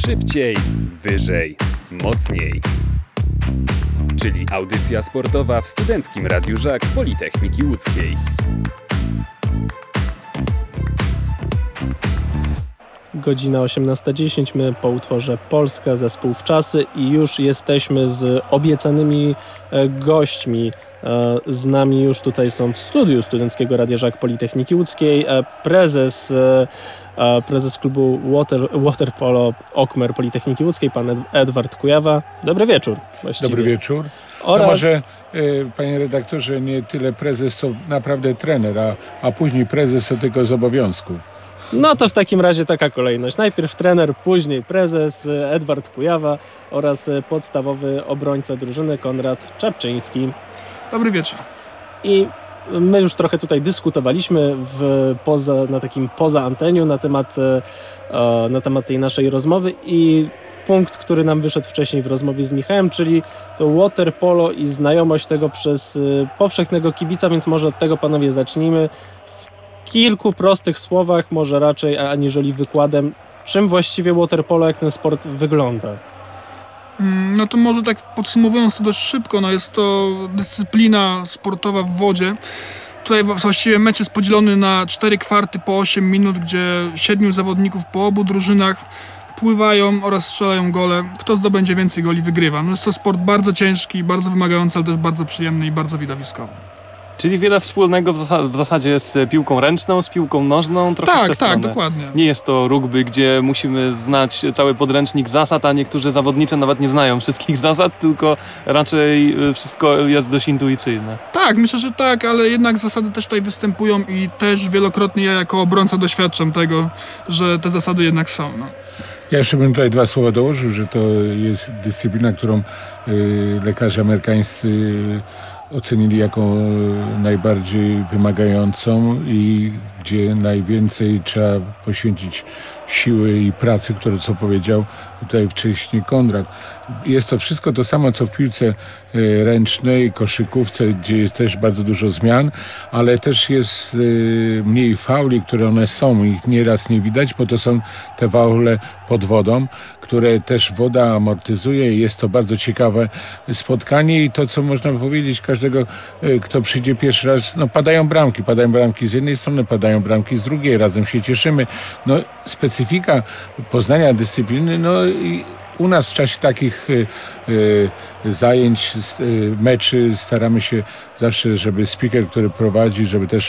Szybciej, wyżej, mocniej. Czyli audycja sportowa w Studenckim Radiu Żak Politechniki Łódzkiej. Godzina 18:10, my po utworze Polska, zespół Wczasy i już jesteśmy z obiecanymi gośćmi. Z nami już tutaj są w studiu Studenckiego Radia Żak Politechniki Łódzkiej prezes klubu Water Polo Okmer Politechniki Łódzkiej, pan Edward Kujawa. Dobry wieczór. Właściwie. Dobry wieczór. No może, panie redaktorze, nie tyle prezes, co naprawdę trener, a później prezes to tylko z obowiązków. No to w takim razie taka kolejność. Najpierw trener, później prezes Edward Kujawa oraz podstawowy obrońca drużyny Konrad Czapczyński. Dobry wieczór. I my już trochę tutaj dyskutowaliśmy na takim poza anteniu na temat tej naszej rozmowy i punkt, który nam wyszedł wcześniej w rozmowie z Michałem, czyli to water polo i znajomość tego przez powszechnego kibica, więc może od tego, panowie, zacznijmy. W kilku prostych słowach, może raczej aniżeli wykładem, czym właściwie water polo, jak ten sport wygląda? No to może tak podsumowując to dość szybko, no jest to dyscyplina sportowa w wodzie. Tutaj właściwie mecz jest podzielony na 4 kwarty po 8 minut, gdzie 7 zawodników po obu drużynach pływają oraz strzelają gole. Kto zdobędzie więcej goli, wygrywa. No jest to sport bardzo ciężki, bardzo wymagający, ale też bardzo przyjemny i bardzo widowiskowy. Czyli wiele wspólnego w zasadzie z piłką ręczną, z piłką nożną, trochę Tak, dokładnie. Nie jest to rugby, gdzie musimy znać cały podręcznik zasad, a niektórzy zawodnicy nawet nie znają wszystkich zasad, tylko raczej wszystko jest dość intuicyjne. Tak, myślę, że tak, ale jednak zasady też tutaj występują i też wielokrotnie ja jako obrońca doświadczam tego, że te zasady jednak są. No. Ja jeszcze bym tutaj 2 słowa dołożył, że to jest dyscyplina, którą lekarze amerykańscy ocenili jako najbardziej wymagającą i gdzie najwięcej trzeba poświęcić siły i pracy, które, co powiedział tutaj wcześniej Konrad. Jest to wszystko to samo, co w piłce ręcznej, koszykówce, gdzie jest też bardzo dużo zmian, ale też jest mniej fauli, które one są. Ich nieraz nie widać, bo to są te faule pod wodą, które też woda amortyzuje. Jest to bardzo ciekawe spotkanie i to, co można powiedzieć każdego, kto przyjdzie pierwszy raz, no padają bramki z jednej strony, padają bramki z drugiej, razem się cieszymy. No specyfika poznania dyscypliny, no i u nas w czasie takich zajęć, meczy staramy się zawsze, żeby speaker, który prowadzi, żeby też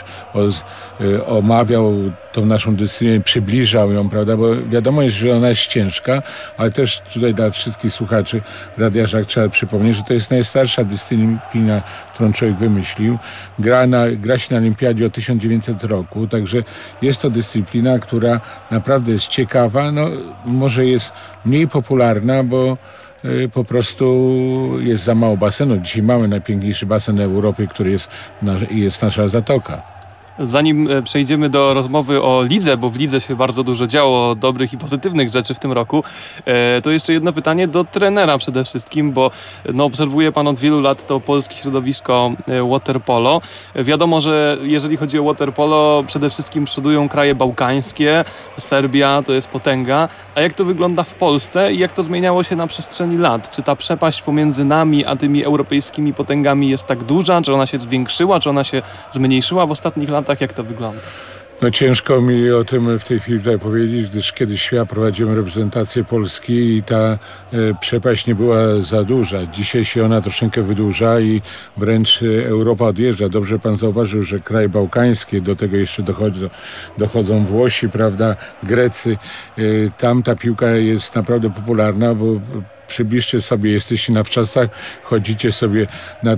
omawiał tą naszą dyscyplinę, przybliżał ją, prawda, bo wiadomo jest, że ona jest ciężka, ale też tutaj dla wszystkich słuchaczy Radia Żak trzeba przypomnieć, że to jest najstarsza dyscyplina, którą człowiek wymyślił. Gra się na olimpiadzie od 1900 roku, także jest to dyscyplina, która naprawdę jest ciekawa, no może jest mniej popularna, bo po prostu jest za mało basenów. Dzisiaj mamy najpiękniejszy basen Europy, który jest nasza zatoka. Zanim przejdziemy do rozmowy o lidze, bo w lidze się bardzo dużo działo dobrych i pozytywnych rzeczy w tym roku, to jeszcze jedno pytanie do trenera przede wszystkim, bo obserwuje pan od wielu lat to polskie środowisko water polo. Wiadomo, że jeżeli chodzi o water polo, przede wszystkim przodują kraje bałkańskie, Serbia to jest potęga. A jak to wygląda w Polsce i jak to zmieniało się na przestrzeni lat? Czy ta przepaść pomiędzy nami a tymi europejskimi potęgami jest tak duża? Czy ona się zwiększyła? Czy ona się zmniejszyła w ostatnich latach? Jak to wygląda? No ciężko mi o tym w tej chwili tutaj powiedzieć, gdyż kiedyś ja prowadziłem reprezentację Polski i ta przepaść nie była za duża. Dzisiaj się ona troszeczkę wydłuża i wręcz Europa odjeżdża. Dobrze pan zauważył, że kraje bałkańskie, do tego jeszcze dochodzą Włosi, prawda, Grecy. Tam ta piłka jest naprawdę popularna, bo przybliżcie sobie, jesteście na wczasach, chodzicie sobie nad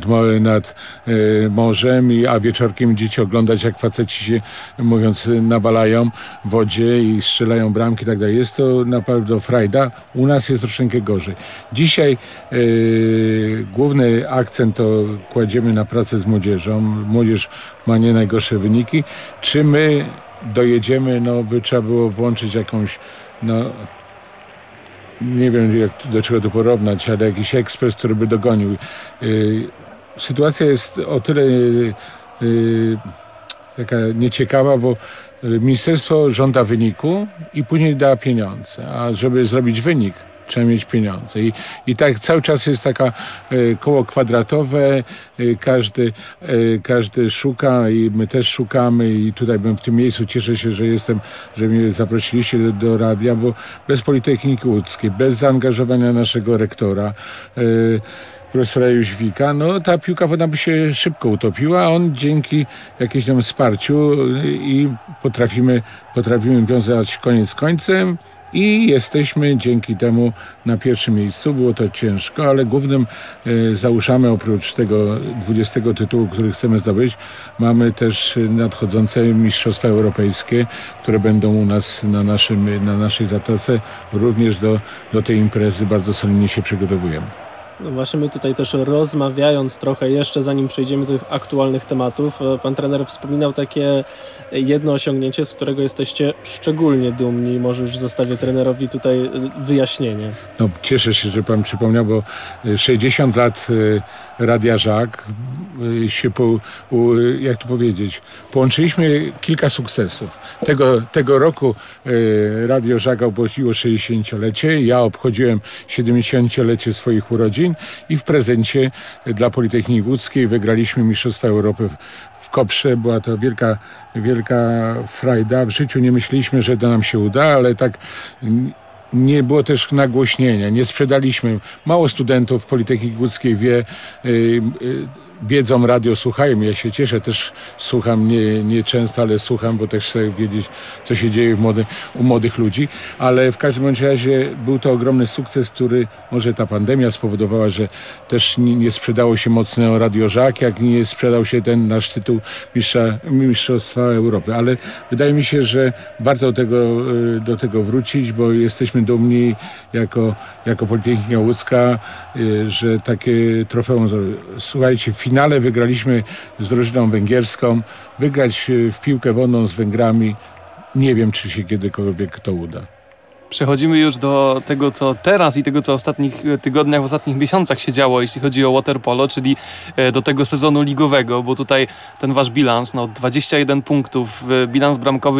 morzem, a wieczorkiem idziecie oglądać, jak faceci się, mówiąc, nawalają w wodzie i strzelają bramki i tak dalej. Jest to naprawdę frajda. U nas jest troszeczkę gorzej. Dzisiaj główny akcent to kładziemy na pracę z młodzieżą. Młodzież ma nie najgorsze wyniki. Czy my dojedziemy, by trzeba było włączyć jakąś, nie wiem do czego to porównać, ale jakiś ekspres, który by dogonił. Sytuacja jest o tyle taka nieciekawa, bo ministerstwo żąda wyniku i później da pieniądze, a żeby zrobić wynik, trzeba mieć pieniądze. I tak cały czas jest taka koło kwadratowe, każdy szuka i my też szukamy i tutaj bym w tym miejscu cieszę się, że mnie zaprosiliście do radia, bo bez Politechniki Łódzkiej, bez zaangażowania naszego rektora, profesora Jóźwika, no ta piłka wodna by się szybko utopiła, a on dzięki jakiemuś tam wsparciu i potrafimy wiązać koniec z końcem. I jesteśmy dzięki temu na pierwszym miejscu. Było to ciężko, ale głównym za uszami, oprócz tego 20 tytułu, który chcemy zdobyć, mamy też nadchodzące Mistrzostwa Europejskie, które będą u nas na naszej zatoce. Również do tej imprezy bardzo solidnie się przygotowujemy. No właśnie my tutaj też rozmawiając trochę jeszcze, zanim przejdziemy do tych aktualnych tematów, pan trener wspominał takie jedno osiągnięcie, z którego jesteście szczególnie dumni. Może już zostawię trenerowi tutaj wyjaśnienie. No, cieszę się, że pan przypomniał, bo 60 lat Radia Żak się jak to powiedzieć, połączyliśmy kilka sukcesów. Tego roku Radio Żak obchodziło 60-lecie, ja obchodziłem 70-lecie swoich urodzin i w prezencie dla Politechniki Łódzkiej wygraliśmy Mistrzostwa Europy w Koprze. Była to wielka frajda. W życiu nie myśleliśmy, że to nam się uda, ale tak nie było też nagłośnienia, nie sprzedaliśmy. Mało studentów Politechniki Łódzkiej wiedzą radio, słuchają. Ja się cieszę, też słucham, nie często, ale słucham, bo też chcę wiedzieć, co się dzieje u młodych ludzi. Ale w każdym bądź razie był to ogromny sukces, który może ta pandemia spowodowała, że też nie sprzedało się mocno Radio Żak, jak nie sprzedał się ten nasz tytuł Mistrzostwa Europy. Ale wydaje mi się, że warto do tego wrócić, bo jesteśmy dumni jako Politechnika Łódzka, że takie trofeum. Słuchajcie, w finale wygraliśmy z drużyną węgierską. Wygrać w piłkę wodną z Węgrami, nie wiem, czy się kiedykolwiek to uda. Przechodzimy już do tego, co teraz i tego, co w ostatnich tygodniach, w ostatnich miesiącach się działo, jeśli chodzi o waterpolo, czyli do tego sezonu ligowego, bo tutaj ten wasz bilans, 21 punktów, bilans bramkowy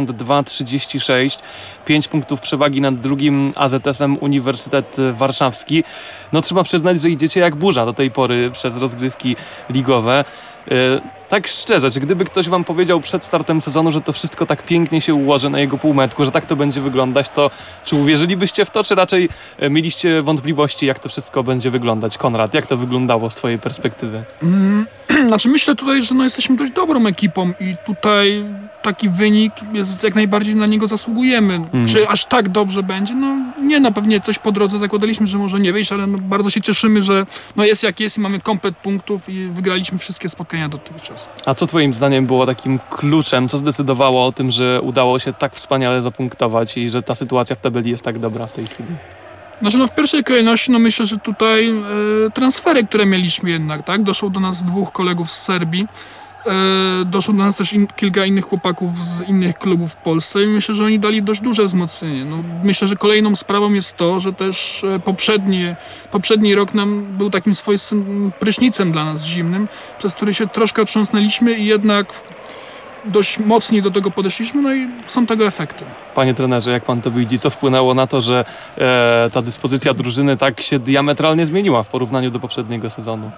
92-36, 5 punktów przewagi nad drugim AZS-em Uniwersytet Warszawski. Trzeba przyznać, że idziecie jak burza do tej pory przez rozgrywki ligowe. Tak szczerze, czy gdyby ktoś wam powiedział przed startem sezonu, że to wszystko tak pięknie się ułoży na jego półmetku, że tak to będzie wyglądać, to czy uwierzylibyście w to, czy raczej mieliście wątpliwości, jak to wszystko będzie wyglądać? Konrad, jak to wyglądało z twojej perspektywy? Myślę tutaj, że jesteśmy dość dobrą ekipą i tutaj taki wynik jest, jak najbardziej na niego zasługujemy. Czy aż tak dobrze będzie? Pewnie coś po drodze zakładaliśmy, że może nie wyjść, ale bardzo się cieszymy, że jest jak jest i mamy komplet punktów i wygraliśmy wszystkie spotkania dotychczas. A co twoim zdaniem było takim kluczem? Co zdecydowało o tym, że udało się tak wspaniale zapunktować i że ta sytuacja w tabeli jest tak dobra w tej chwili? W pierwszej kolejności myślę, że tutaj transfery, które mieliśmy jednak, tak? Doszło do nas 2 kolegów z Serbii. Doszło do nas też kilka innych chłopaków z innych klubów w Polsce i myślę, że oni dali dość duże wzmocnienie. Myślę, że kolejną sprawą jest to, że też poprzedni rok nam był takim swoistym prysznicem dla nas zimnym, przez który się troszkę otrząsnęliśmy i jednak dość mocniej do tego podeszliśmy, i są tego efekty. Panie trenerze, jak pan to widzi? Co wpłynęło na to, że ta dyspozycja drużyny tak się diametralnie zmieniła w porównaniu do poprzedniego sezonu?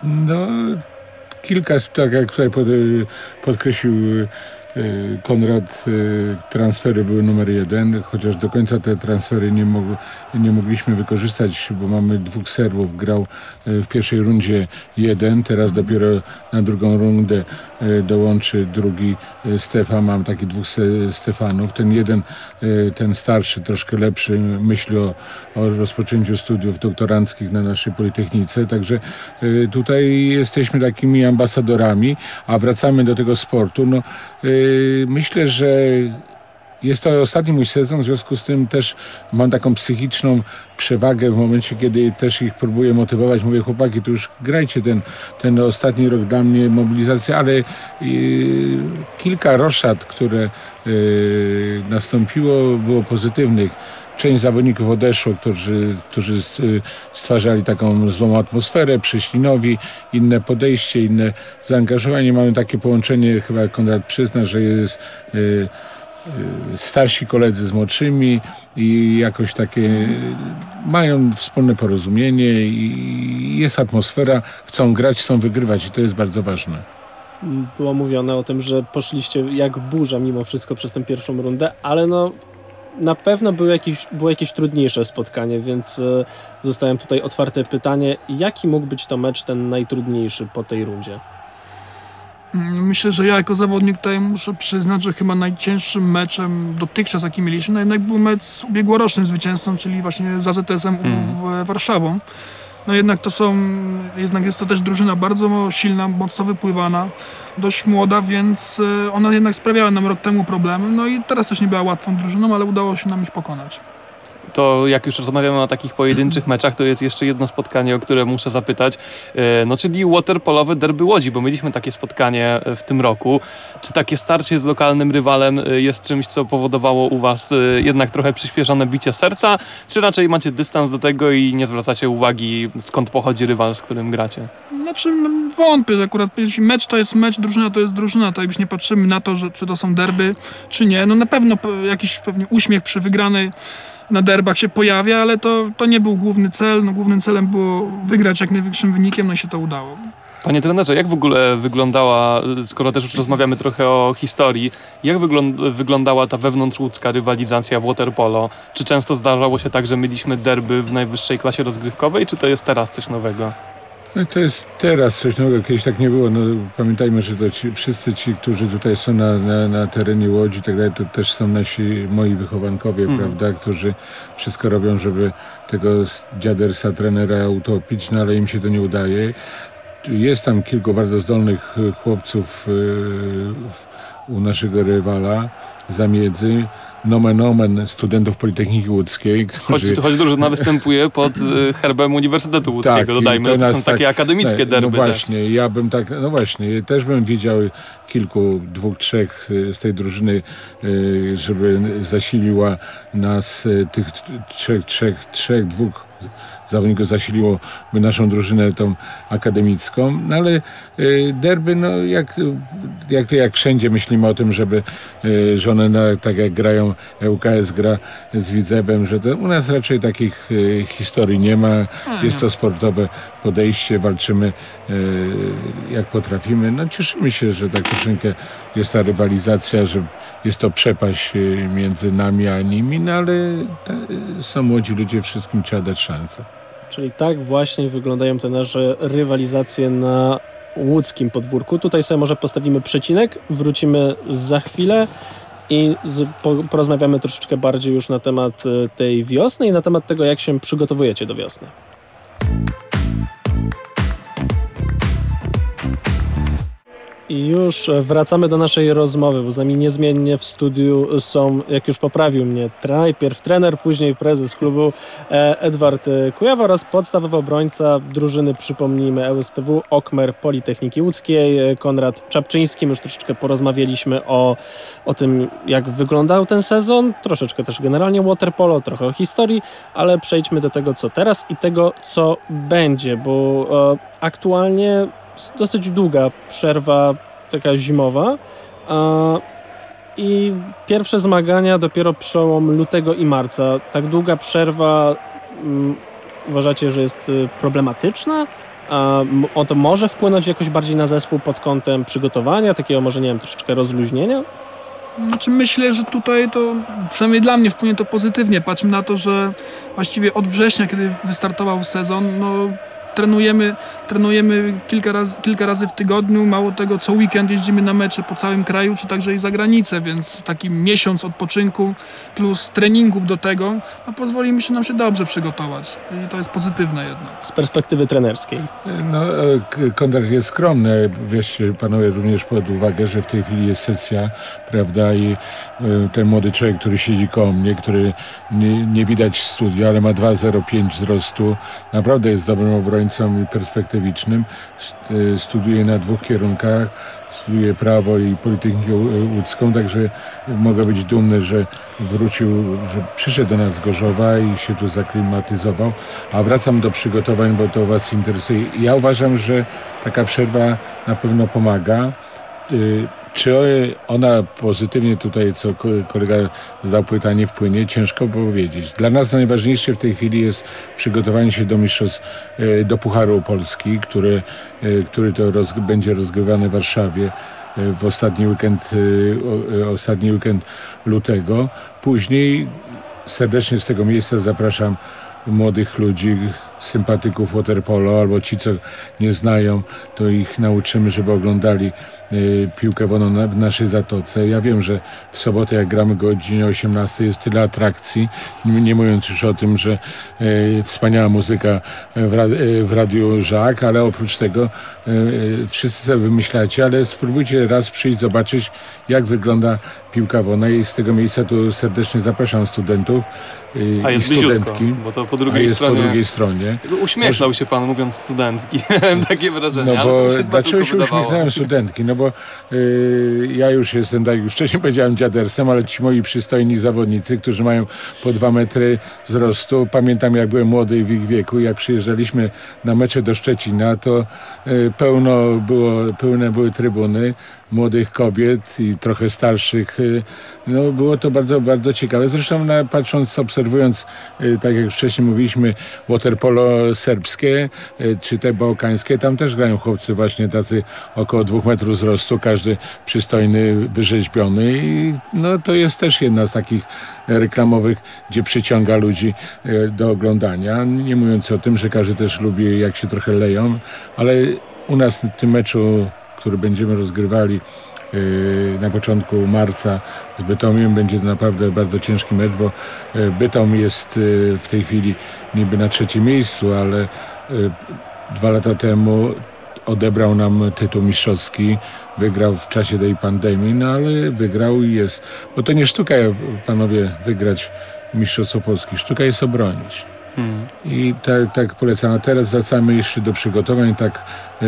Kilka, tak jak tutaj podkreślił Konrad, transfery były numer 1, chociaż do końca te transfery nie mogliśmy wykorzystać, bo mamy 2 Serbów, grał w pierwszej rundzie 1, teraz dopiero na drugą rundę dołączy drugi Stefan, mam takich 2 Stefanów, ten jeden, ten starszy, troszkę lepszy, myśli o rozpoczęciu studiów doktoranckich na naszej Politechnice, także tutaj jesteśmy takimi ambasadorami, a wracamy do tego sportu, myślę, że jest to ostatni mój sezon, w związku z tym też mam taką psychiczną przewagę w momencie, kiedy też ich próbuję motywować. Mówię, chłopaki, to już grajcie ten ostatni rok dla mnie, mobilizacja, ale kilka roszad, które nastąpiło, było pozytywnych. część zawodników odeszło, którzy stwarzali taką złą atmosferę, przyszli nowi, inne podejście, inne zaangażowanie. Mamy takie połączenie, chyba Konrad przyzna, że jest starsi koledzy z młodszymi i jakoś takie mają wspólne porozumienie i jest atmosfera, chcą grać, chcą wygrywać i to jest bardzo ważne. Było mówione o tym, że poszliście jak burza mimo wszystko przez tę pierwszą rundę, ale na pewno było jakieś trudniejsze spotkanie, więc zostawiam tutaj otwarte pytanie, jaki mógł być to mecz ten najtrudniejszy po tej rundzie? Myślę, że ja jako zawodnik tutaj muszę przyznać, że chyba najcięższym meczem dotychczas, jaki mieliśmy, jednak był mecz z ubiegłorocznym zwycięzcą, czyli właśnie z AZS-em Warszawą. No jednak jest to też drużyna bardzo silna, mocno wypływana, dość młoda, więc ona jednak sprawiała nam rok temu problemy. No i teraz też nie była łatwą drużyną, ale udało się nam ich pokonać. To jak już rozmawiamy o takich pojedynczych meczach, to jest jeszcze jedno spotkanie, o które muszę zapytać, czyli waterpolowe derby Łodzi, bo mieliśmy takie spotkanie w tym roku. Czy takie starcie z lokalnym rywalem jest czymś, co powodowało u was jednak trochę przyspieszone bicie serca, czy raczej macie dystans do tego i nie zwracacie uwagi, skąd pochodzi rywal, z którym gracie? Znaczy wątpię, że akurat jeśli mecz to jest mecz, drużyna to jest drużyna, to już nie patrzymy na to, czy to są derby, czy nie. No na pewno jakiś pewnie uśmiech przy wygranej na derbach się pojawia, ale to nie był główny cel. No, głównym celem było wygrać jak największym wynikiem, no i się to udało. Panie trenerze, jak w ogóle wyglądała, skoro też już rozmawiamy trochę o historii, jak wyglądała ta wewnątrzłódzka rywalizacja w waterpolo? Czy często zdarzało się tak, że mieliśmy derby w najwyższej klasie rozgrywkowej, czy to jest teraz coś nowego? No to jest teraz coś nowego, kiedyś tak nie było. No, pamiętajmy, że wszyscy ci, którzy tutaj są na terenie Łodzi i tak dalej, to też są moi wychowankowie, prawda, którzy wszystko robią, żeby tego dziadersa trenera utopić, no ale im się to nie udaje. Jest tam kilku bardzo zdolnych chłopców u naszego rywala z Miedzy. Nomen omen studentów Politechniki Łódzkiej. Choć drużyna występuje pod herbem Uniwersytetu Łódzkiego, tak, dodajmy, to są takie akademickie derby. No właśnie, też. Ja bym tak, no właśnie, też bym widział dwóch, trzech z tej drużyny, żeby zasiliła nas, tych dwóch zawodników zasiliłoby naszą drużynę tą akademicką, no ale derby, no jak wszędzie myślimy o tym, że one tak jak grają, ŁKS gra z Widzewem, że u nas raczej takich historii nie ma, jest to sportowe podejście, walczymy jak potrafimy, no cieszymy się, że tak troszeczkę jest ta rywalizacja, że jest to przepaść między nami a nimi, no ale są młodzi ludzie, wszystkim trzeba dać szansę. Czyli tak właśnie wyglądają te nasze rywalizacje na łódzkim podwórku. Tutaj sobie może postawimy przecinek, wrócimy za chwilę i porozmawiamy troszeczkę bardziej już na temat tej wiosny i na temat tego, jak się przygotowujecie do wiosny. I już wracamy do naszej rozmowy, bo z nami niezmiennie w studiu są, jak już poprawił mnie, najpierw trener, później prezes klubu Edward Kujawa oraz podstawowy obrońca drużyny, przypomnijmy, ŁSTW Okmer Politechniki Łódzkiej, Konrad Czapczyński. Już troszeczkę porozmawialiśmy o tym, jak wyglądał ten sezon, troszeczkę też generalnie waterpolo, trochę o historii, ale przejdźmy do tego, co teraz i tego, co będzie, bo aktualnie dosyć długa przerwa taka zimowa i pierwsze zmagania dopiero przełom lutego i marca. Tak długa przerwa uważacie, że jest problematyczna? On to może wpłynąć jakoś bardziej na zespół pod kątem przygotowania, takiego może, nie wiem, troszeczkę rozluźnienia? Znaczy myślę, że tutaj to, przynajmniej dla mnie, wpłynie to pozytywnie. Patrzmy na to, że właściwie od września, kiedy wystartował sezon, trenujemy kilka razy w tygodniu, mało tego, co weekend jeździmy na mecze po całym kraju, czy także i za granicę, więc taki miesiąc odpoczynku plus treningów do tego, pozwoli nam się dobrze przygotować i to jest pozytywne jednak. Z perspektywy trenerskiej. No, Konrad jest skromny, weźcie panowie również pod uwagę, że w tej chwili jest sesja, prawda, i ten młody człowiek, który siedzi koło mnie, który nie widać w studiu, ale ma 2,05 wzrostu, naprawdę jest dobrym obrońcą, obrońcą i perspektywicznym. Studiuje na 2 kierunkach. Studiuje prawo i politechnikę łódzką, także mogę być dumny, że wrócił, że przyszedł do nas z Gorzowa i się tu zaklimatyzował. A wracam do przygotowań, bo to was interesuje. Ja uważam, że taka przerwa na pewno pomaga. Czy ona pozytywnie tutaj, co kolega zadał pytanie, wpłynie? Ciężko powiedzieć. Dla nas najważniejsze w tej chwili jest przygotowanie się do mistrzostw, do Pucharu Polski, który to będzie rozgrywany w Warszawie w ostatni weekend lutego. Później serdecznie z tego miejsca zapraszam młodych ludzi, sympatyków waterpolo, albo ci, co nie znają, to ich nauczymy, żeby oglądali piłkę wodną w naszej zatoce. Ja wiem, że w sobotę, jak gramy o godzinie 18, jest tyle atrakcji, nie mówiąc już o tym, że wspaniała muzyka w Radiu Żak, ale oprócz tego wszyscy sobie wymyślacie, ale spróbujcie raz przyjść, zobaczyć, jak wygląda piłka wodna i z tego miejsca tu serdecznie zapraszam studentów i studentki. Bo to po drugiej stronie. Uśmiechnął się pan, mówiąc studentki. Takie wrażenie. No bo dlaczego się uśmiechnąłem studentki? No bo ja już jestem, tak jak już wcześniej powiedziałem, dziadersem, ale ci moi przystojni zawodnicy, którzy mają po 2 metry wzrostu. Pamiętam, jak byłem młody w ich wieku, jak przyjeżdżaliśmy na mecze do Szczecina, to pełne były trybuny młodych kobiet i trochę starszych. No, było to bardzo, bardzo ciekawe. Zresztą patrząc, obserwując, tak jak wcześniej mówiliśmy, waterpolo serbskie, czy te bałkańskie, tam też grają chłopcy właśnie tacy około 2 metrów wzrostu, każdy przystojny, wyrzeźbiony i no, to jest też jedna z takich reklamowych, gdzie przyciąga ludzi do oglądania. Nie mówiąc o tym, że każdy też lubi, jak się trochę leją, ale u nas w tym meczu, który będziemy rozgrywali na początku marca z Bytomiem, będzie to naprawdę bardzo ciężki mecz, bo Bytom jest w tej chwili niby na 3. miejscu, ale 2 lata temu odebrał nam tytuł mistrzowski, wygrał w czasie tej pandemii, no ale wygrał i jest. Bo to nie sztuka, panowie, wygrać Mistrzostwo Polski, sztuka jest obronić. I tak polecam. A teraz wracamy jeszcze do przygotowań, tak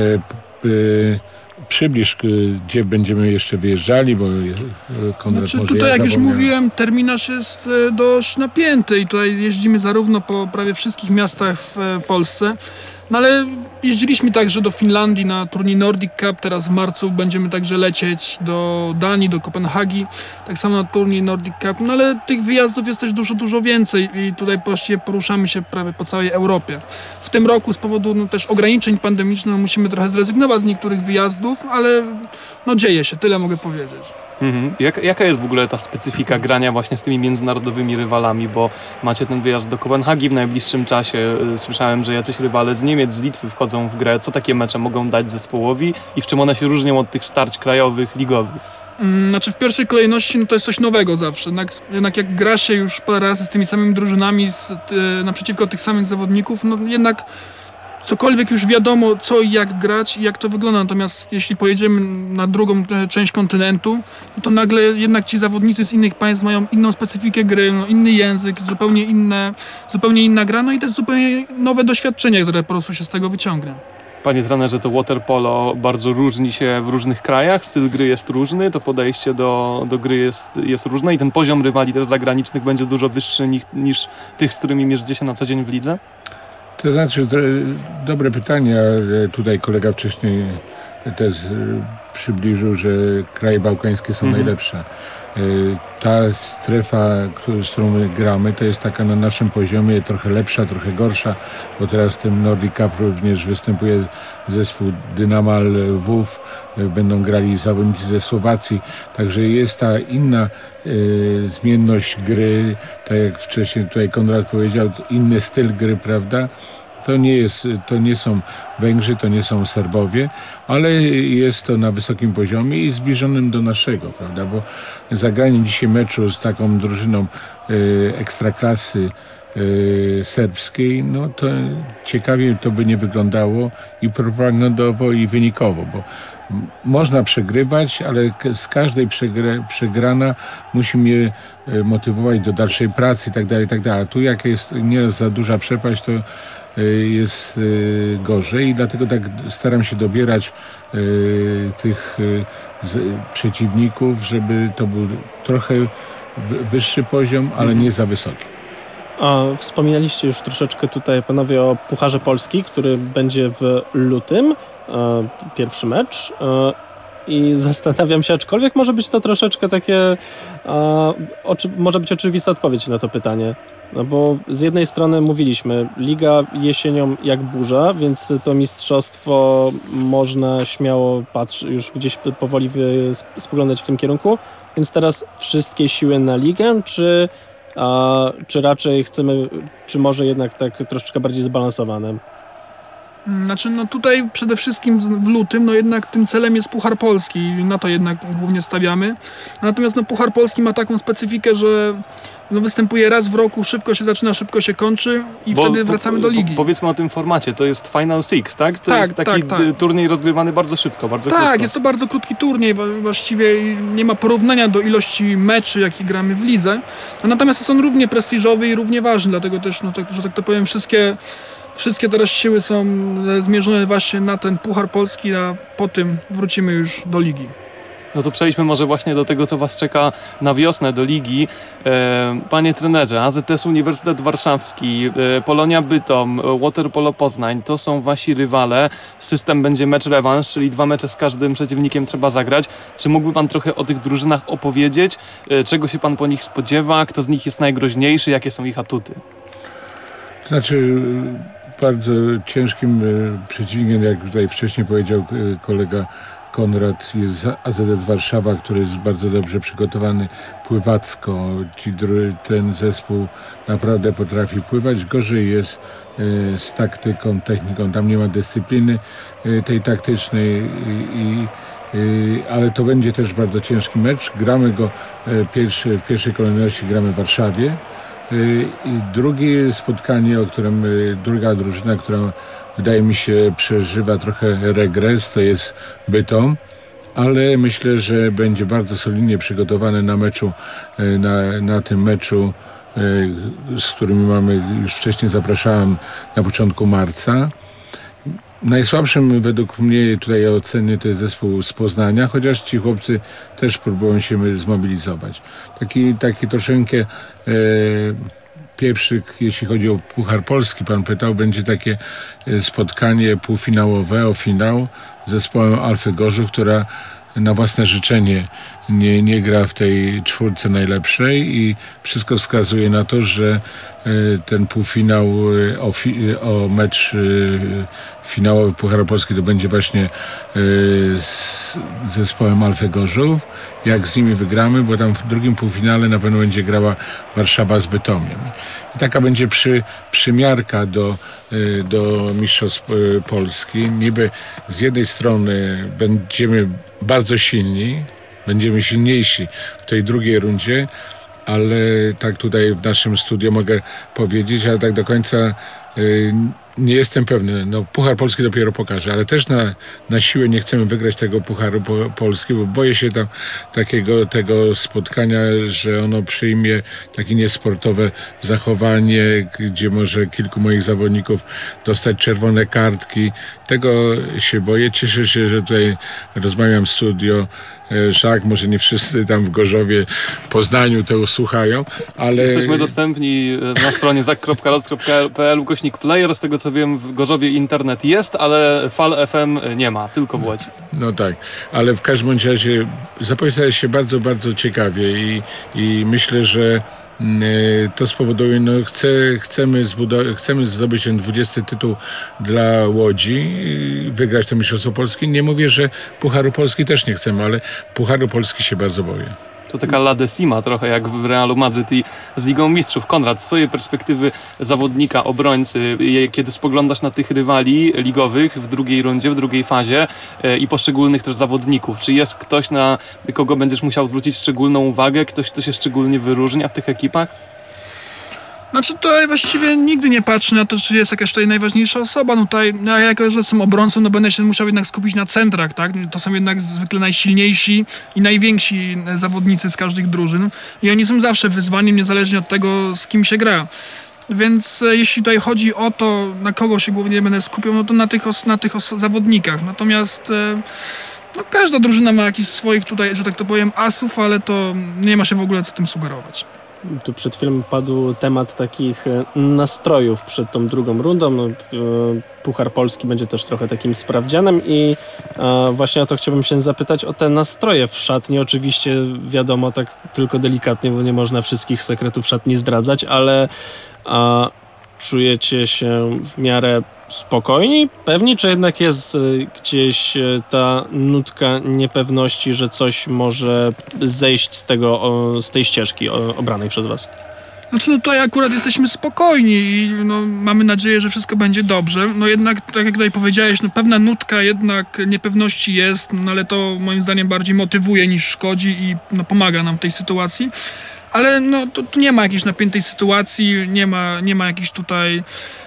przybliż, gdzie będziemy jeszcze wyjeżdżali, bo Konrad może tutaj, jak już zapomniałem. mówiłem, terminarz jest dość napięty i tutaj jeździmy zarówno po prawie wszystkich miastach w Polsce, no ale jeździliśmy także do Finlandii na turniej Nordic Cup, teraz w marcu będziemy także lecieć do Danii, do Kopenhagi, tak samo na turniej Nordic Cup, no ale tych wyjazdów jest też dużo, dużo więcej i tutaj właściwie poruszamy się prawie po całej Europie. W tym roku z powodu też ograniczeń pandemicznych musimy trochę zrezygnować z niektórych wyjazdów, ale no dzieje się, tyle mogę powiedzieć. Jaka jest w ogóle ta specyfika grania właśnie z tymi międzynarodowymi rywalami, bo macie ten wyjazd do Kopenhagi w najbliższym czasie. Słyszałem, że jacyś rywale z Niemiec, z Litwy wchodzą w grę. Co takie mecze mogą dać zespołowi i w czym one się różnią od tych starć krajowych, ligowych? Znaczy w pierwszej kolejności no to jest coś nowego zawsze. Jednak jak gra się już parę razy z tymi samymi drużynami naprzeciwko tych samych zawodników, no jednak cokolwiek już wiadomo, co i jak grać i jak to wygląda. Natomiast jeśli pojedziemy na drugą część kontynentu, no to nagle jednak ci zawodnicy z innych państw mają inną specyfikę gry, no inny język, zupełnie inna gra, no i też zupełnie nowe doświadczenie, które po prostu się z tego wyciągnie. Panie trenerze, to waterpolo bardzo różni się w różnych krajach, styl gry jest różny, to podejście do gry jest różne i ten poziom rywali też zagranicznych będzie dużo wyższy niż tych, z którymi mierzycie się na co dzień w lidze? To znaczy, dobre pytanie, ale tutaj kolega wcześniej też przybliżył, że kraje bałkańskie są najlepsze. Ta strefa, z którą my gramy, to jest taka na naszym poziomie, trochę lepsza, trochę gorsza, bo teraz w tym Nordic Cup również występuje zespół Dynamal Lwów, będą grali zawodnicy ze Słowacji, także jest ta inna zmienność gry, tak jak wcześniej tutaj Konrad powiedział, inny styl gry, prawda? To nie są Węgrzy, to nie są Serbowie, ale jest to na wysokim poziomie i zbliżonym do naszego, prawda? Bo zagranie dzisiaj meczu z taką drużyną ekstraklasy serbskiej, no to ciekawie to by nie wyglądało i propagandowo, i wynikowo, można przegrywać, ale z każdej przegrana musi mnie motywować do dalszej pracy i tak dalej. A tu jak jest nieraz za duża przepaść, to jest gorzej i dlatego tak staram się dobierać tych przeciwników, żeby to był trochę wyższy poziom, ale nie za wysoki. Wspominaliście już troszeczkę tutaj panowie o Pucharze Polski, który będzie w lutym, pierwszy mecz. I zastanawiam się, aczkolwiek może być to troszeczkę takie, może być oczywista odpowiedź na to pytanie. No bo z jednej strony mówiliśmy, liga jesienią jak burza, więc to mistrzostwo można śmiało już gdzieś powoli spoglądać w tym kierunku. Więc teraz wszystkie siły na ligę, czy raczej chcemy, czy może jednak tak troszeczkę bardziej zbalansowane? Znaczy, no tutaj przede wszystkim w lutym, no jednak tym celem jest Puchar Polski i na to jednak głównie stawiamy. Natomiast no Puchar Polski ma taką specyfikę, że no występuje raz w roku, szybko się zaczyna, szybko się kończy i wtedy wracamy do ligi. Powiedzmy o tym formacie, to jest Final Six, tak? To jest taki turniej rozgrywany bardzo szybko, bardzo krótko. Tak, jest to bardzo krótki turniej, właściwie nie ma porównania do ilości meczy, jakie gramy w lidze. Natomiast jest on równie prestiżowy i równie ważny, dlatego też, no tak, że tak to powiem, wszystkie teraz siły są zmierzone właśnie na ten Puchar Polski, a po tym wrócimy już do ligi. No to przejdźmy może właśnie do tego, co was czeka na wiosnę, do ligi. Panie trenerze, AZS Uniwersytet Warszawski, Polonia Bytom, Waterpolo Poznań, to są wasi rywale. System będzie mecz rewanż, czyli 2 mecze z każdym przeciwnikiem trzeba zagrać. Czy mógłby pan trochę o tych drużynach opowiedzieć? Czego się pan po nich spodziewa? Kto z nich jest najgroźniejszy? Jakie są ich atuty? Znaczy, bardzo ciężkim przeciwnikiem, jak tutaj wcześniej powiedział kolega Konrad, jest AZS Warszawa, który jest bardzo dobrze przygotowany pływacko. Ten zespół naprawdę potrafi pływać. Gorzej jest z taktyką, techniką. Tam nie ma dyscypliny tej taktycznej, ale to będzie też bardzo ciężki mecz. Gramy go w pierwszej kolejności gramy w Warszawie. I drugie spotkanie, o którym druga drużyna, która wydaje mi się przeżywa trochę regres, to jest Bytom, ale myślę, że będzie bardzo solidnie przygotowany na meczu, na tym meczu, z którymi już wcześniej zapraszałem na początku marca. Najsłabszym według mnie tutaj oceny to jest zespół z Poznania, chociaż ci chłopcy też próbują się zmobilizować. Taki troszeczkę pieprzyk, jeśli chodzi o Puchar Polski, pan pytał, będzie takie spotkanie półfinałowe o finał z zespołem Alfy Gorzów, która na własne życzenie nie gra w tej czwórce najlepszej i wszystko wskazuje na to, że ten półfinał o mecz finałowy Pucharu Polski to będzie właśnie z zespołem Alfy Gorzów. Jak z nimi wygramy, bo tam w drugim półfinale na pewno będzie grała Warszawa z Bytomiem. I taka będzie przymiarka do Mistrzostw Polski. Niby z jednej strony będziemy bardzo silni, będziemy silniejsi w tej drugiej rundzie, ale tak tutaj w naszym studiu mogę powiedzieć, ale tak do końca nie jestem pewny. No, Puchar Polski dopiero pokaże, ale też na siłę nie chcemy wygrać tego Pucharu Polski, bo boję się tam tego spotkania, że ono przyjmie takie niesportowe zachowanie, gdzie może kilku moich zawodników dostać czerwone kartki. Tego się boję. Cieszę się, że tutaj rozmawiam w studio. Żak, może nie wszyscy tam w Gorzowie, Poznaniu to słuchają, ale... Jesteśmy dostępni na stronie zak.los.pl/player. Z tego co wiem, w Gorzowie internet jest, ale fal FM nie ma, tylko w Łodzi. No tak, ale w każdym bądź razie zapowiada się bardzo, bardzo ciekawie i myślę, że to spowoduje, no chcemy zdobyć ten 20 tytuł dla Łodzi, wygrać to Mistrzostwo Polskie. Nie mówię, że Pucharu Polski też nie chcemy, ale Pucharu Polski się bardzo boję. To taka la decima trochę jak w Realu Madryt i z Ligą Mistrzów. Konrad, z swojej perspektywy zawodnika, obrońcy, kiedy spoglądasz na tych rywali ligowych w drugiej rundzie, w drugiej fazie i poszczególnych też zawodników, czy jest ktoś, na kogo będziesz musiał zwrócić szczególną uwagę, ktoś, kto się szczególnie wyróżnia w tych ekipach? Znaczy tutaj właściwie nigdy nie patrzę na to, czy jest jakaś tutaj najważniejsza osoba. No tutaj, ja jako, że jestem obrońcą, no będę się musiał jednak skupić na centrach, tak? To są jednak zwykle najsilniejsi i najwięksi zawodnicy z każdych drużyn. I oni są zawsze wyzwaniem, niezależnie od tego, z kim się gra. Więc jeśli tutaj chodzi o to, na kogo się głównie będę skupiał, no to na tych zawodnikach. Natomiast no, każda drużyna ma jakiś swoich tutaj, że tak to powiem, asów, ale to nie ma się w ogóle co tym sugerować. Tu przed chwilą padł temat takich nastrojów przed tą drugą rundą. No, Puchar Polski będzie też trochę takim sprawdzianem i właśnie o to chciałbym się zapytać, o te nastroje w szatni. Oczywiście wiadomo, tak tylko delikatnie, bo nie można wszystkich sekretów szatni zdradzać, ale czujecie się w miarę spokojni, pewni, czy jednak jest gdzieś ta nutka niepewności, że coś może zejść z tej ścieżki obranej przez was? Znaczy, no tutaj akurat jesteśmy spokojni i no, mamy nadzieję, że wszystko będzie dobrze. No jednak, tak jak tutaj powiedziałeś, no pewna nutka jednak niepewności jest, no ale to moim zdaniem bardziej motywuje niż szkodzi i no, pomaga nam w tej sytuacji. Ale no tu nie ma jakiejś napiętej sytuacji, nie ma jakichś tutaj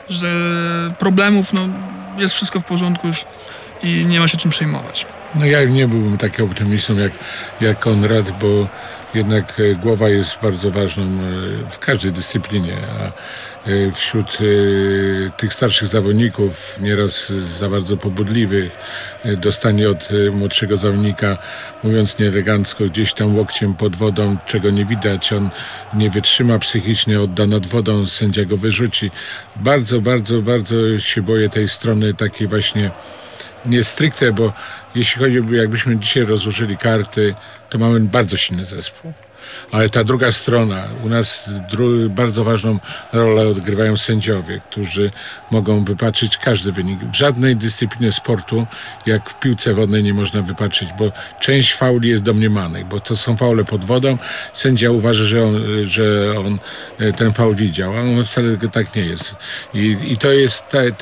problemów, no jest wszystko w porządku już i nie ma się czym przejmować. No ja nie byłbym taki optymistą jak Konrad, bo jednak głowa jest bardzo ważną w każdej dyscyplinie, a wśród tych starszych zawodników, nieraz za bardzo pobudliwych, dostanie od młodszego zawodnika, mówiąc nieelegancko, gdzieś tam łokciem pod wodą, czego nie widać, on nie wytrzyma psychicznie, odda nad wodą, sędzia go wyrzuci. Bardzo, bardzo, bardzo się boję tej strony takiej właśnie nie stricte, bo jeśli chodzi o, jakbyśmy dzisiaj rozłożyli karty, to mamy bardzo silny zespół. Ale ta druga strona, u nas bardzo ważną rolę odgrywają sędziowie, którzy mogą wypaczyć każdy wynik. W żadnej dyscyplinie sportu, jak w piłce wodnej, nie można wypaczyć, bo część fauli jest domniemanych, bo to są faule pod wodą. Sędzia uważa, że on ten faul widział, a on wcale tak nie jest. I to jest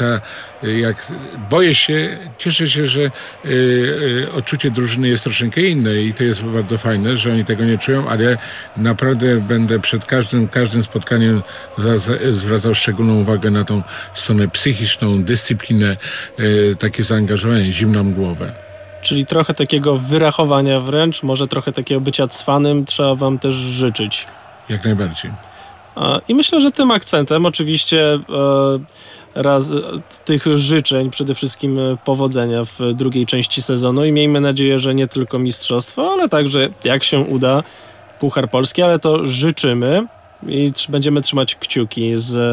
jak boję się, cieszę się, że odczucie drużyny jest troszeczkę inne i to jest bardzo fajne, że oni tego nie czują, ale naprawdę będę przed każdym spotkaniem zwracał szczególną uwagę na tą stronę psychiczną, dyscyplinę, takie zaangażowanie, zimną głowę. Czyli trochę takiego wyrachowania wręcz, może trochę takiego bycia cwanym trzeba wam też życzyć. Jak najbardziej. I myślę, że tym akcentem oczywiście tych życzeń, przede wszystkim powodzenia w drugiej części sezonu i miejmy nadzieję, że nie tylko mistrzostwo, ale także jak się uda Puchar Polski, ale to życzymy i będziemy trzymać kciuki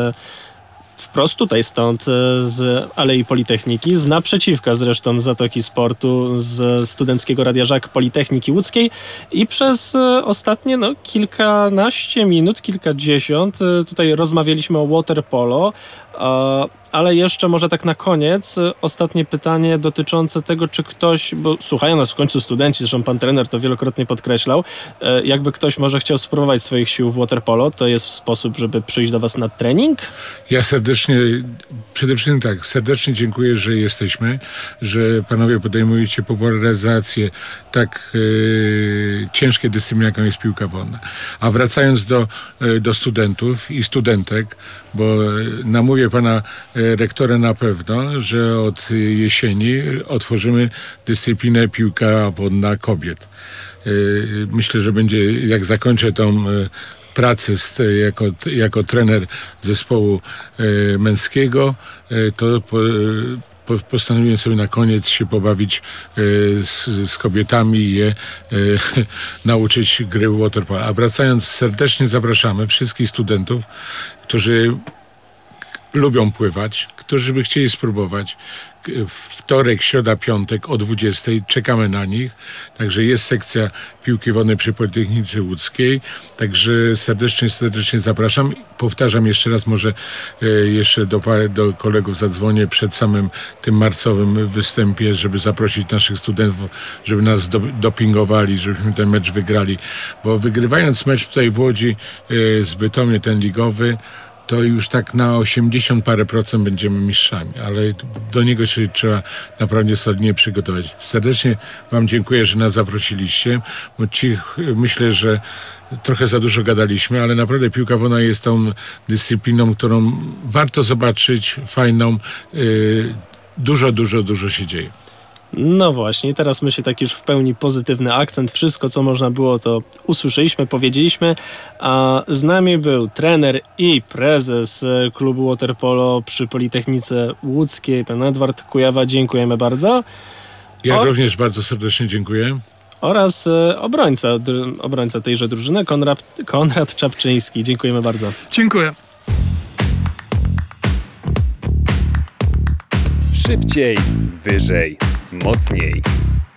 wprost tutaj stąd, z Alei Politechniki, z naprzeciwka zresztą Zatoki Sportu, z Studenckiego Radia Żak Politechniki Łódzkiej i przez ostatnie kilkanaście minut, kilkadziesiąt tutaj rozmawialiśmy o water polo, ale jeszcze może tak na koniec ostatnie pytanie dotyczące tego, czy ktoś, bo słuchają nas w końcu studenci, zresztą pan trener to wielokrotnie podkreślał, jakby ktoś może chciał spróbować swoich sił w water polo, to jest sposób, żeby przyjść do was na trening? Ja przede wszystkim serdecznie dziękuję, że jesteśmy, że panowie podejmujecie popularyzację tak ciężkiej dyscypliny, jaką jest piłka wodna. A wracając do studentów i studentek, bo namówię pana rektora na pewno, że od jesieni otworzymy dyscyplinę piłka wodna kobiet. Myślę, że będzie, jak zakończę tą pracę jako trener zespołu męskiego, to postanowiłem sobie na koniec się pobawić z kobietami i je nauczyć gry w waterpolo. A wracając, serdecznie zapraszamy wszystkich studentów, którzy lubią pływać, którzy by chcieli spróbować. Wtorek, środa, piątek o 20:00 czekamy na nich. Także jest sekcja piłki wodnej przy Politechnice Łódzkiej. Także serdecznie zapraszam. Powtarzam jeszcze raz, może jeszcze do kolegów zadzwonię przed samym tym marcowym występie, żeby zaprosić naszych studentów, żeby nas dopingowali, żebyśmy ten mecz wygrali. Bo wygrywając mecz tutaj w Łodzi z Bytomiem, ten ligowy, to już tak na 80 parę procent będziemy mistrzami, ale do niego się trzeba naprawdę solidnie przygotować. Serdecznie wam dziękuję, że nas zaprosiliście, bo myślę, że trochę za dużo gadaliśmy, ale naprawdę piłka wodna jest tą dyscypliną, którą warto zobaczyć, fajną. Dużo się dzieje. No właśnie, teraz myślę tak już w pełni pozytywny akcent. Wszystko, co można było, to usłyszeliśmy, powiedzieliśmy. A z nami był trener i prezes klubu Waterpolo przy Politechnice Łódzkiej, pan Edward Kujawa. Dziękujemy bardzo. Ja również bardzo serdecznie dziękuję. Oraz obrońca tejże drużyny, Konrad Czapczyński. Dziękujemy bardzo. Dziękuję. Szybciej, wyżej, mocniej.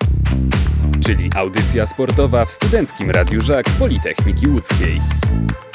Czyli audycja sportowa w Studenckim Radiu Żak Politechniki Łódzkiej.